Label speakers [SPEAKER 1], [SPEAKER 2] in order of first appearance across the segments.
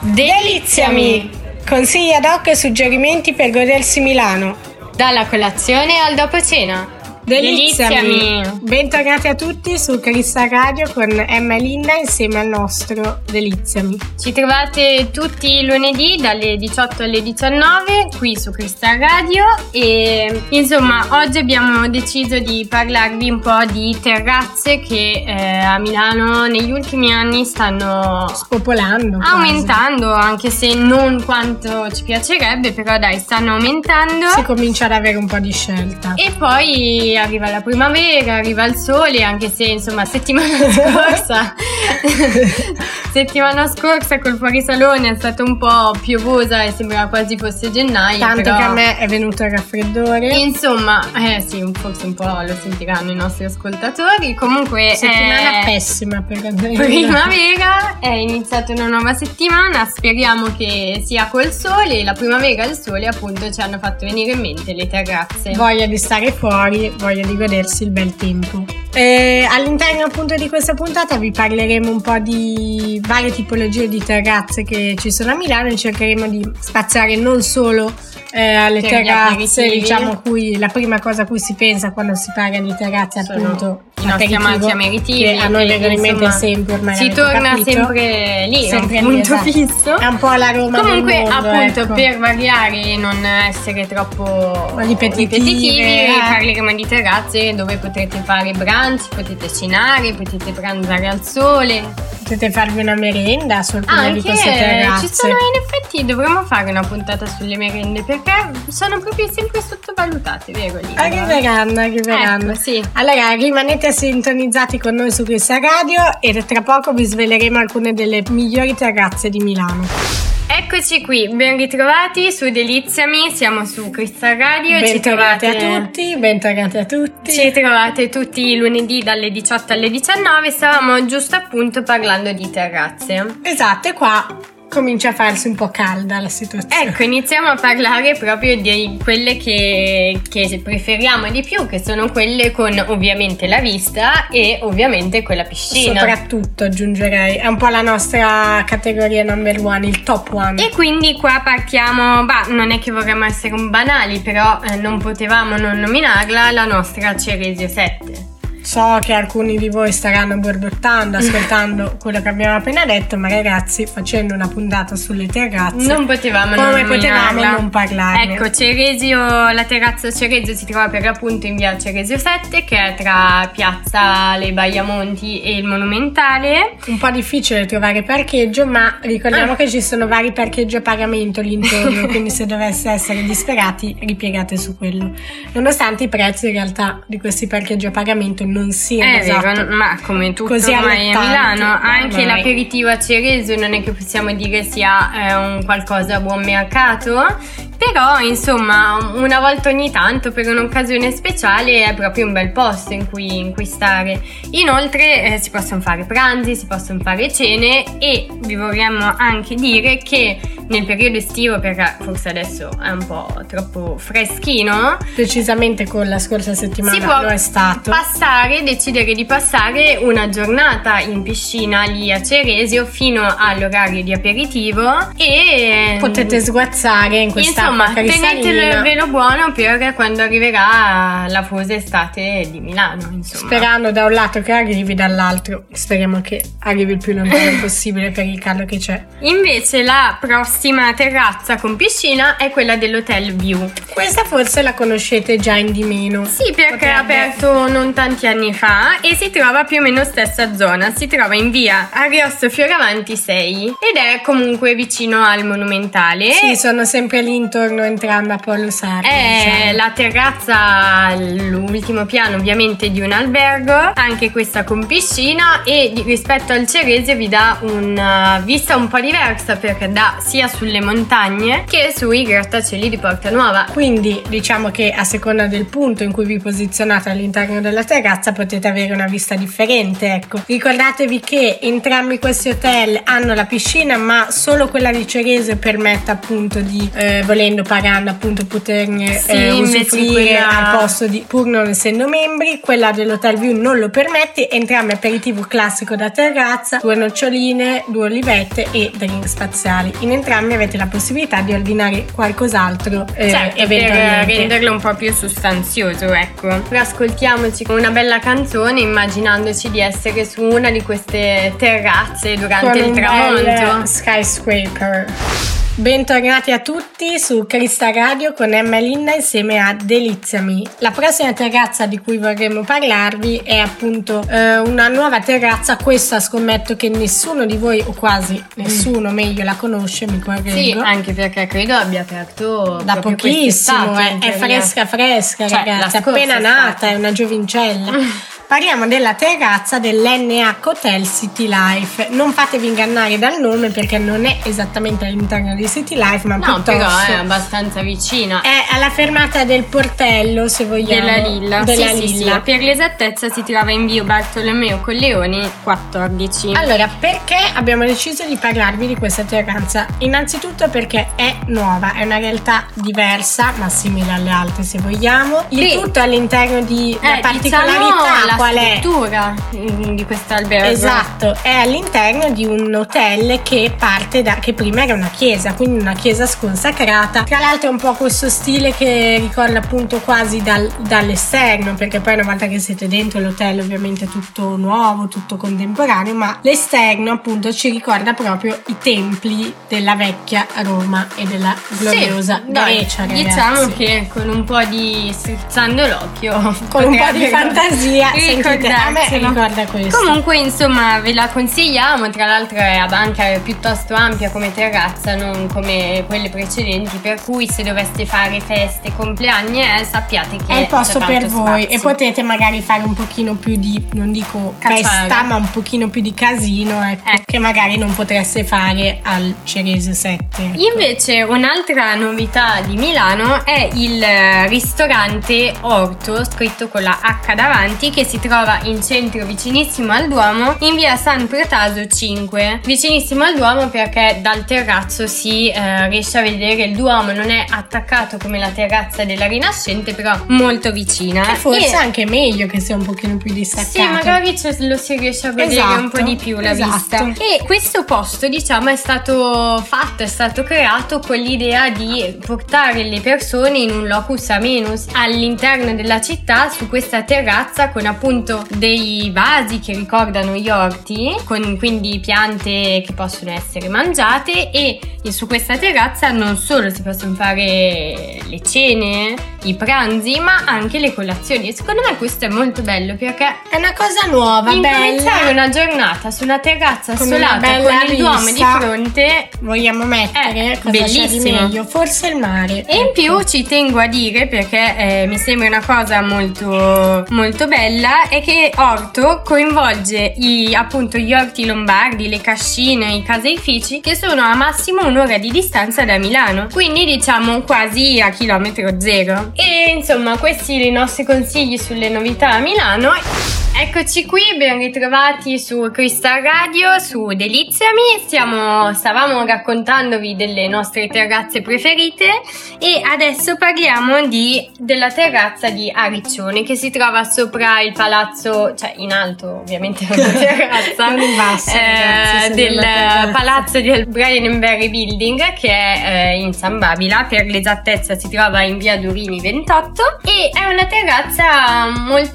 [SPEAKER 1] Deliziami! Consigli ad hoc e suggerimenti per godersi Milano.
[SPEAKER 2] Dalla colazione al dopo cena.
[SPEAKER 1] Deliziami! Bentornati a tutti su Crystal Radio con Emma e Linda insieme al nostro Deliziami.
[SPEAKER 2] Ci trovate tutti i lunedì dalle 18 alle 19 qui su Crystal Radio e insomma oggi abbiamo deciso di parlarvi un po' di terrazze che a Milano negli ultimi anni stanno
[SPEAKER 1] spopolando,
[SPEAKER 2] aumentando, anche se non quanto ci piacerebbe, però dai, stanno aumentando.
[SPEAKER 1] Si comincia ad avere un po' di scelta.
[SPEAKER 2] E poi arriva la primavera, arriva il sole, anche se insomma settimana scorsa col fuorisalone è stata un po' piovosa e sembrava quasi fosse gennaio.
[SPEAKER 1] Tanto
[SPEAKER 2] però,
[SPEAKER 1] che a me è venuto il raffreddore.
[SPEAKER 2] Insomma, sì, forse un po' lo sentiranno i nostri ascoltatori. Comunque
[SPEAKER 1] settimana pessima per
[SPEAKER 2] primavera, è iniziata una nuova settimana, speriamo che sia col sole. La primavera e il sole appunto ci hanno fatto venire in mente le terrazze.
[SPEAKER 1] Voglia di stare fuori, voglia di godersi il bel tempo. All'interno appunto di questa puntata vi parleremo un po' di varie tipologie di terrazze che ci sono a Milano e cercheremo di spaziare non solo alle terrazze, diciamo, la prima cosa a cui si pensa quando si parla di terrazze appunto
[SPEAKER 2] i nostri amati aperitivi,
[SPEAKER 1] che a noi vengono in mente sempre, ormai
[SPEAKER 2] si torna sempre lì, sempre punto fisso.
[SPEAKER 1] È un po' la Roma
[SPEAKER 2] comunque
[SPEAKER 1] del mondo,
[SPEAKER 2] appunto,
[SPEAKER 1] ecco.
[SPEAKER 2] Per variare e non essere troppo ripetitivi, parleremo di terrazze dove potrete fare brunch, potete cenare, potete pranzare al sole,
[SPEAKER 1] potete farvi una merenda su alcune di queste terrazze.
[SPEAKER 2] Ci sono, in effetti dovremmo fare una puntata sulle merende perché sono proprio sempre sottovalutate, vero?
[SPEAKER 1] Arriveranno.
[SPEAKER 2] Ecco, sì.
[SPEAKER 1] Allora rimanete sintonizzati con noi su questa radio e tra poco vi sveleremo alcune delle migliori terrazze di Milano.
[SPEAKER 2] Eccoci qui, ben ritrovati su Deliziami, siamo su Crystal Radio.
[SPEAKER 1] Bentornati a tutti.
[SPEAKER 2] Ci trovate tutti i lunedì dalle 18 alle 19, stavamo giusto appunto parlando di terrazze.
[SPEAKER 1] Esatto, e qua comincia a farsi un po' calda la situazione.
[SPEAKER 2] Ecco, iniziamo a parlare proprio di quelle che preferiamo di più, che sono quelle con ovviamente la vista e ovviamente con la piscina.
[SPEAKER 1] Soprattutto aggiungerei, è un po' la nostra categoria number one, il top one.
[SPEAKER 2] E quindi qua partiamo, non è che vorremmo essere banali, però non potevamo non nominarla, la nostra Ceresio 7.
[SPEAKER 1] So che alcuni di voi staranno borbottando ascoltando quello che abbiamo appena detto, ma ragazzi, facendo una puntata sulle terrazze
[SPEAKER 2] non potevamo non
[SPEAKER 1] parlarne.
[SPEAKER 2] Ecco, la terrazza Ceresio si trova per l'appunto in via Ceresio 7, che è tra Piazza Le Baiamonti e il Monumentale.
[SPEAKER 1] Un po' difficile trovare parcheggio, ma ricordiamo che ci sono vari parcheggi a pagamento lì intorno, quindi se dovesse essere disperati ripiegate su quello, nonostante i prezzi in realtà di questi parcheggi a pagamento non siano
[SPEAKER 2] vero, ma come tutto ormai a Milano, anche l'aperitivo a Ceresio non è che possiamo dire sia un qualcosa a buon mercato, però insomma una volta ogni tanto per un'occasione speciale è proprio un bel posto in cui stare. Inoltre si possono fare pranzi, si possono fare cene e vi vorremmo anche dire che nel periodo estivo, perché forse adesso è un po' troppo freschino,
[SPEAKER 1] precisamente con la scorsa settimana lo è stato,
[SPEAKER 2] decidere di passare una giornata in piscina lì a Ceresio fino all'orario di aperitivo e
[SPEAKER 1] potete sguazzare in questa acqua cristallina.
[SPEAKER 2] Tenetelo il velo buono per quando arriverà la fusa estate di Milano, insomma.
[SPEAKER 1] Sperando da un lato che arrivi, dall'altro speriamo che arrivi il più lontano possibile per il caldo che c'è.
[SPEAKER 2] Invece la prossima terrazza con piscina è quella dell'Hotel View.
[SPEAKER 1] Questa forse la conoscete già in di meno.
[SPEAKER 2] Sì, perché è aperto non tanti anni fa e si trova più o meno stessa zona, si trova in via Ariosto Fioravanti 6 ed è comunque vicino al Monumentale.
[SPEAKER 1] Sì, sono sempre lì intorno entrambe a Polo Sardo.
[SPEAKER 2] È la terrazza, l'ultimo piano ovviamente di un albergo, anche questa con piscina, e rispetto al Ceresio vi dà una vista un po' diversa perché dà sia sia sulle montagne che sui grattacieli di Porta Nuova.
[SPEAKER 1] Quindi diciamo che a seconda del punto in cui vi posizionate all'interno della terrazza potete avere una vista differente, ecco. Ricordatevi che entrambi questi hotel hanno la piscina, ma solo quella di Cerese permette appunto di volendo, pagando appunto, poterne usufruire al posto di, pur non essendo membri. Quella dell'Hotel View non lo permette. Entrambi aperitivo classico da terrazza, 2 noccioline, 2 olivette e drink spaziali. In entrambi avete la possibilità di ordinare qualcos'altro,
[SPEAKER 2] certo, per renderlo un po' più sostanzioso, ecco. Ora ascoltiamoci con una bella canzone, immaginandoci di essere su una di queste terrazze durante il tramonto.
[SPEAKER 1] Skyscraper. Bentornati a tutti su Crista Radio con Emma e Linda insieme a Deliziami. La prossima terrazza di cui vorremmo parlarvi è appunto una nuova terrazza. Questa scommetto che nessuno di voi, o quasi nessuno meglio, la conosce, mi correggo.
[SPEAKER 2] Sì, anche perché credo abbia aperto
[SPEAKER 1] da pochissimo, è fresca, cioè, ragazzi, è appena nata, è una giovincella. Parliamo della terrazza dell'NH Hotel City Life. Non fatevi ingannare dal nome perché non è esattamente all'interno di City Life, ma piuttosto
[SPEAKER 2] però è abbastanza vicina.
[SPEAKER 1] È alla fermata del Portello, se vogliamo.
[SPEAKER 2] Della Lilla. Sì. Per l'esattezza si trova in via Bartolomeo Colleoni 14.
[SPEAKER 1] Allora, perché abbiamo deciso di parlarvi di questa terrazza? Innanzitutto perché è nuova, è una realtà diversa, ma simile alle altre se vogliamo. Il tutto all'interno di una particolarità.
[SPEAKER 2] Qual è la struttura di quest'albergo?
[SPEAKER 1] Esatto, è all'interno di un hotel che parte da, che prima era una chiesa, quindi una chiesa sconsacrata. Tra l'altro è un po' questo stile che ricorda appunto quasi dall'esterno, perché poi una volta che siete dentro l'hotel ovviamente è tutto nuovo, tutto contemporaneo, ma l'esterno appunto ci ricorda proprio i templi della vecchia Roma e della gloriosa Grecia, ragazzi.
[SPEAKER 2] Diciamo che con un po' di strizzando l'occhio,
[SPEAKER 1] con un po' di fantasia, sentite, a me ricorda questo.
[SPEAKER 2] Comunque insomma ve la consigliamo, tra l'altro è anche piuttosto ampia come terrazza, non come quelle precedenti, per cui se doveste fare feste, compleanni sappiate che
[SPEAKER 1] è il posto per voi
[SPEAKER 2] spazio.
[SPEAKER 1] E potete magari fare un pochino più di, non dico festa, ma un pochino più di casino, ecco. Che magari non potreste fare al Cerese 7.
[SPEAKER 2] Invece un'altra novità di Milano è il ristorante Orto, scritto con la H davanti, che si trova in centro vicinissimo al Duomo, in via San Protaso 5. Vicinissimo al Duomo perché dal terrazzo si riesce a vedere il Duomo, non è attaccato come la terrazza della Rinascente, però molto vicina.
[SPEAKER 1] Che forse è anche meglio che sia un pochino più distaccato.
[SPEAKER 2] Sì, magari lo si riesce a vedere un po' di più la vista. E questo posto, diciamo, è stato creato con l'idea di portare le persone in un locus amenus all'interno della città, su questa terrazza, con appunto dei vasi che ricordano gli orti, con quindi piante che possono essere mangiate, e su questa terrazza non solo si possono fare le cene, i pranzi, ma anche le colazioni. E secondo me questo è molto bello perché
[SPEAKER 1] è una cosa nuova,
[SPEAKER 2] bella. Una giornata su una terrazza assolata con il Duomo di fronte,
[SPEAKER 1] vogliamo mettere cosa c'è di meglio? Forse il mare.
[SPEAKER 2] E in più ci tengo a dire, perché mi sembra una cosa molto molto bella, è che Orto coinvolge appunto gli orti lombardi, le cascine, i caseifici, che sono a massimo un'ora di distanza da Milano, quindi diciamo quasi a chilometro zero. E insomma, questi i nostri consigli sulle novità a Milano. Eccoci qui, ben ritrovati su Crista Radio, su Deliziami. Stavamo raccontandovi delle nostre terrazze preferite e adesso parliamo della terrazza di Ariccione, che si trova sopra il palazzo, cioè in alto ovviamente la terrazza,
[SPEAKER 1] non in basso, ragazzi,
[SPEAKER 2] del palazzo del Brian Building, che è in San Babila. Per l'esattezza si trova in via Durini 28 e è una terrazza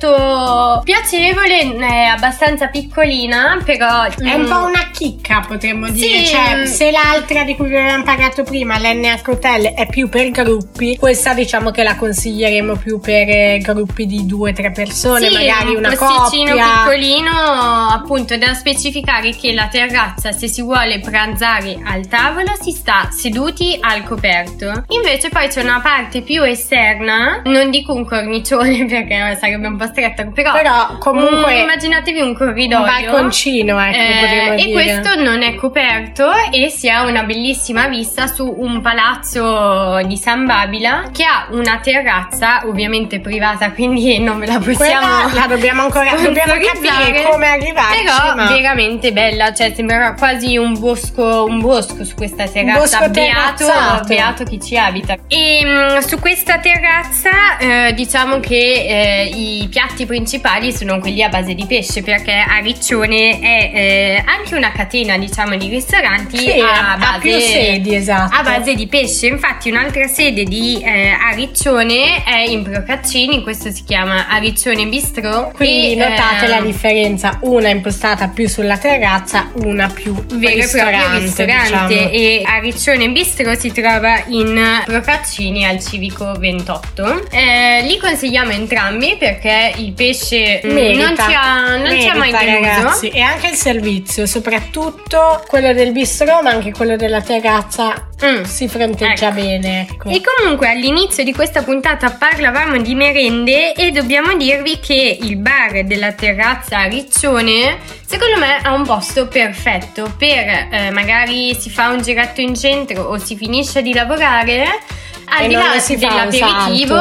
[SPEAKER 2] molto piacevole. È abbastanza piccolina, però
[SPEAKER 1] è un po' una chicca, potremmo dire.
[SPEAKER 2] Sì.
[SPEAKER 1] Cioè, se l'altra di cui vi avevamo parlato prima, l'NH Hotel, è più per gruppi, questa diciamo che la consiglieremo più per gruppi di 2-3 persone,
[SPEAKER 2] sì,
[SPEAKER 1] magari magari una
[SPEAKER 2] posticino
[SPEAKER 1] coppia
[SPEAKER 2] piccolino, appunto, da specificare che la terrazza, se si vuole pranzare al tavolo, si sta seduti al coperto. Invece poi c'è una parte più esterna, non dico un cornicione perché sarebbe un po' stretto, però
[SPEAKER 1] comunque
[SPEAKER 2] immaginatevi un corridoio,
[SPEAKER 1] un balconcino, potremmo
[SPEAKER 2] e
[SPEAKER 1] dire.
[SPEAKER 2] questo non è coperto e si ha una bellissima vista su un palazzo di San Babila che ha una terrazza ovviamente privata, quindi non ve la possiamo,
[SPEAKER 1] la dobbiamo capire come arrivarci,
[SPEAKER 2] però
[SPEAKER 1] ma
[SPEAKER 2] veramente bella, cioè sembrerà quasi un bosco su questa terrazza, beato chi ci abita. E su questa terrazza diciamo che i piatti principali sono quelli a base di pesce, perché a Riccione è anche una catena, diciamo, di ristoranti
[SPEAKER 1] a più sedi, esatto,
[SPEAKER 2] a base di pesce. Infatti un'altra sede di a Riccione è in Procaccini, questo si chiama a Riccione Bistrò,
[SPEAKER 1] quindi notate la differenza, una è impostata più sulla terrazza, una più
[SPEAKER 2] vero e proprio ristorante, diciamo. E a Riccione Bistrò si trova in Procaccini al Civico 28. Li consigliamo entrambi perché il pesce non ci ha mai deluso,
[SPEAKER 1] ragazzi, e anche il servizio, soprattutto quello del bistrò, ma anche quello della terrazza si fronteggia bene, ecco.
[SPEAKER 2] E comunque all'inizio di questa puntata parlavamo di merende e dobbiamo dirvi che il bar della terrazza a Riccione secondo me ha un posto perfetto per magari si fa un giretto in centro o si finisce di lavorare, al di là dell'aperitivo,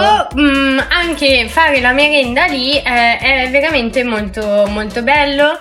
[SPEAKER 2] anche fare la merenda lì è veramente molto molto bello.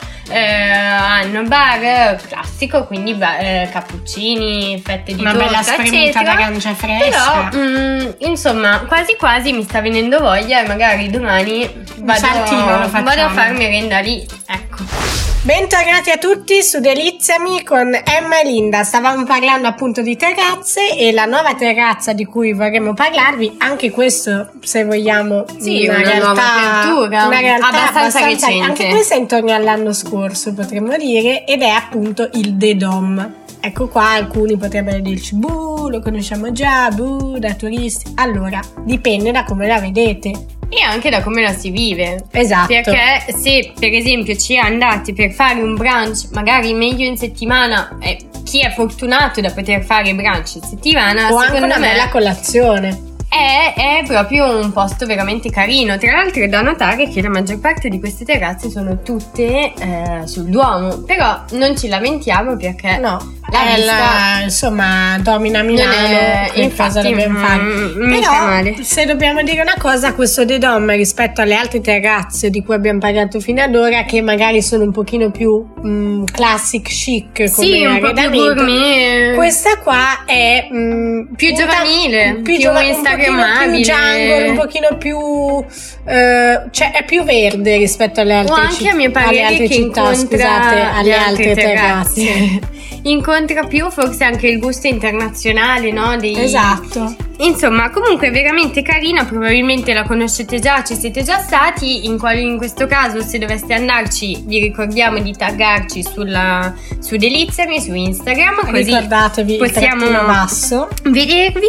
[SPEAKER 2] Hanno bar classico, quindi cappuccini, fette di torta,
[SPEAKER 1] una bella spremuta d'arancia fresca.
[SPEAKER 2] Però insomma quasi mi sta venendo voglia e magari domani vado a fare merenda lì, ecco.
[SPEAKER 1] Bentornati a tutti su Deliziami con Emma e Linda. Stavamo parlando appunto di terrazze e la nuova terrazza di cui vorremmo parlarvi, anche questo, se vogliamo,
[SPEAKER 2] una nuova apertura,
[SPEAKER 1] una realtà
[SPEAKER 2] abbastanza recente.
[SPEAKER 1] Anche questa è intorno all'anno scorso, potremmo dire, ed è appunto il The Dom. Ecco qua, alcuni potrebbero dirci lo conosciamo già, da turisti. Allora, dipende da come la vedete
[SPEAKER 2] e anche da come la si vive.
[SPEAKER 1] Esatto.
[SPEAKER 2] Perché se per esempio ci andate per fare un brunch, magari meglio in settimana, chi è fortunato da poter fare brunch in settimana,
[SPEAKER 1] o anche una bella colazione,
[SPEAKER 2] è proprio un posto veramente carino. Tra l'altro è da notare che la maggior parte di queste terrazze sono tutte sul Duomo, però non ci lamentiamo perché la vista
[SPEAKER 1] insomma domina Milano, cosa dobbiamo fare. Però se dobbiamo dire una cosa, questo The Dom rispetto alle altre terrazze di cui abbiamo parlato fino ad ora, che magari sono un pochino più classic chic come
[SPEAKER 2] un po' più gourmet,
[SPEAKER 1] questa qua è
[SPEAKER 2] più giovanile, più instagrammabile,
[SPEAKER 1] più jungle, un pochino più cioè è più verde rispetto alle altre
[SPEAKER 2] città, o anche a mio parere che incontra
[SPEAKER 1] alle altre terrazze.
[SPEAKER 2] Incontra più forse anche il gusto internazionale, no?
[SPEAKER 1] Esatto.
[SPEAKER 2] Insomma, comunque è veramente carina, probabilmente la conoscete già, ci siete già stati. In questo caso, se doveste andarci, vi ricordiamo di taggarci su Deliziami, su Instagram, così
[SPEAKER 1] ricordatevi
[SPEAKER 2] possiamo vedervi.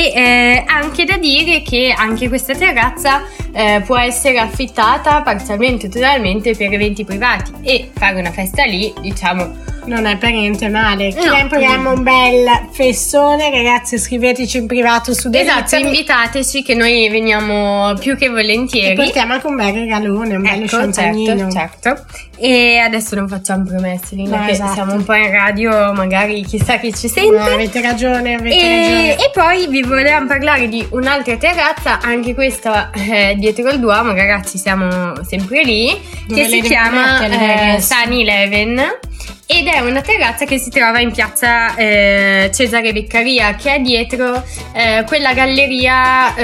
[SPEAKER 2] E anche da dire che anche questa terrazza può essere affittata parzialmente o totalmente per eventi privati, e fare una festa lì, diciamo,
[SPEAKER 1] non è per niente male. Chi ha in programma un bel festone, ragazzi, scriveteci in privato su Deliziami.
[SPEAKER 2] Esatto, invitateci che noi veniamo più che volentieri.
[SPEAKER 1] E portiamo anche un bel regalone, un bello champagnino.
[SPEAKER 2] Certo. E adesso non facciamo promesse, Linda, che siamo un po' in radio, magari chissà chi ci sente.
[SPEAKER 1] No, avete ragione.
[SPEAKER 2] E poi vi volevamo parlare di un'altra terrazza, anche questa dietro il Duomo, ragazzi, siamo sempre lì, che si chiama Sunny Eleven. Ed è una terrazza che si trova in piazza Cesare Beccaria, che è dietro quella galleria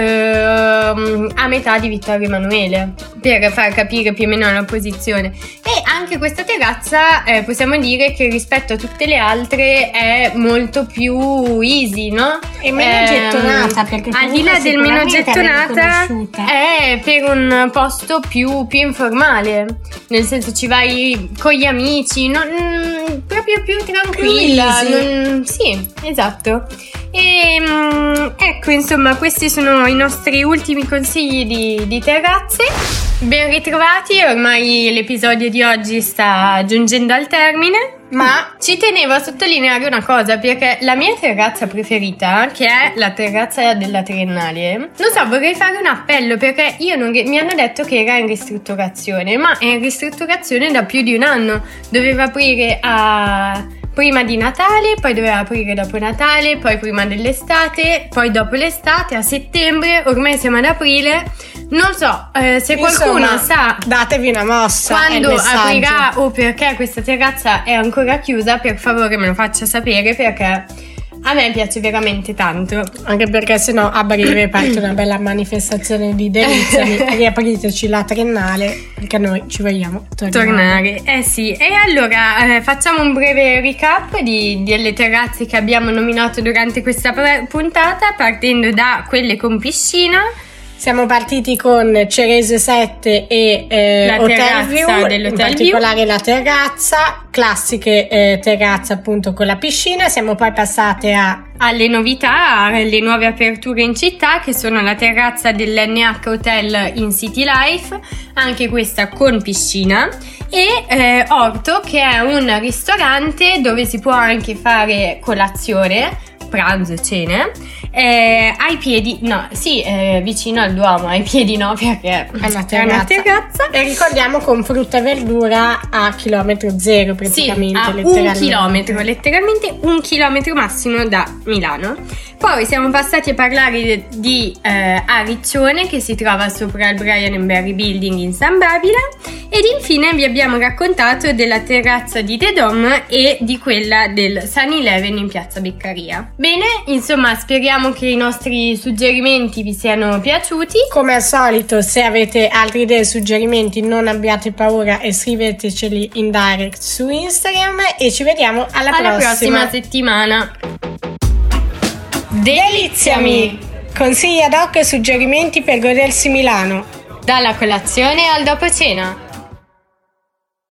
[SPEAKER 2] a metà di Vittorio Emanuele, per far capire più o meno la posizione. E anche questa terrazza possiamo dire che rispetto a tutte le altre è molto più easy, no?
[SPEAKER 1] E meno gettonata, perché
[SPEAKER 2] al di là del meno gettonata è per un posto più informale, nel senso ci vai con gli amici, proprio più tranquilla. Sì, esatto. E ecco, insomma, questi sono i nostri ultimi consigli di terrazze. Ben ritrovati, ormai l'episodio di oggi sta giungendo al termine. Ma ci tenevo a sottolineare una cosa, perché la mia terrazza preferita, che è la terrazza della Triennale, non so, vorrei fare un appello, perché mi hanno detto che era in ristrutturazione, ma è in ristrutturazione da più di un anno. Doveva aprire prima di Natale, poi doveva aprire dopo Natale, poi prima dell'estate, poi dopo l'estate, a settembre, ormai siamo ad aprile. Non so, se qualcuno sa,
[SPEAKER 1] datevi una mossa
[SPEAKER 2] quando aprirà o perché questa terrazza è ancora chiusa, per favore me lo faccia sapere, perché a me piace veramente tanto.
[SPEAKER 1] Anche perché sennò a breve parte una bella manifestazione di Deliziami. Riapriteci la Triennale, perché noi ci vogliamo tornare.
[SPEAKER 2] Sì. E allora facciamo un breve recap delle terrazze che abbiamo nominato durante questa puntata, partendo da quelle con piscina.
[SPEAKER 1] Siamo partiti con Cerese 7 e
[SPEAKER 2] la
[SPEAKER 1] Hotel View,
[SPEAKER 2] in
[SPEAKER 1] particolare la terrazza, classiche terrazze appunto con la piscina. Siamo poi passate
[SPEAKER 2] alle novità, alle nuove aperture in città, che sono la terrazza dell'NH Hotel in City Life, anche questa con piscina, e Orto, che è un ristorante dove si può anche fare colazione, pranzo e cene, ai piedi, vicino al Duomo, ai piedi no, perché
[SPEAKER 1] è una terrazza. E ricordiamo con frutta e verdura a chilometro zero praticamente.
[SPEAKER 2] Letteralmente 1 chilometro massimo da Milano. Poi siamo passati a parlare di Ariccione, che si trova sopra il Brian & Barry Building in San Babila, ed infine vi abbiamo raccontato della terrazza di The Dome e di quella del Sun Eleven in Piazza Beccaria. Bene, insomma, speriamo che i nostri suggerimenti vi siano piaciuti.
[SPEAKER 1] Come al solito, se avete altre idee e suggerimenti, non abbiate paura e scriveteceli in direct su Instagram, e ci vediamo alla prossima
[SPEAKER 2] settimana.
[SPEAKER 1] Deliziami! Consigli ad hoc e suggerimenti per godersi Milano.
[SPEAKER 2] Dalla colazione al dopo cena.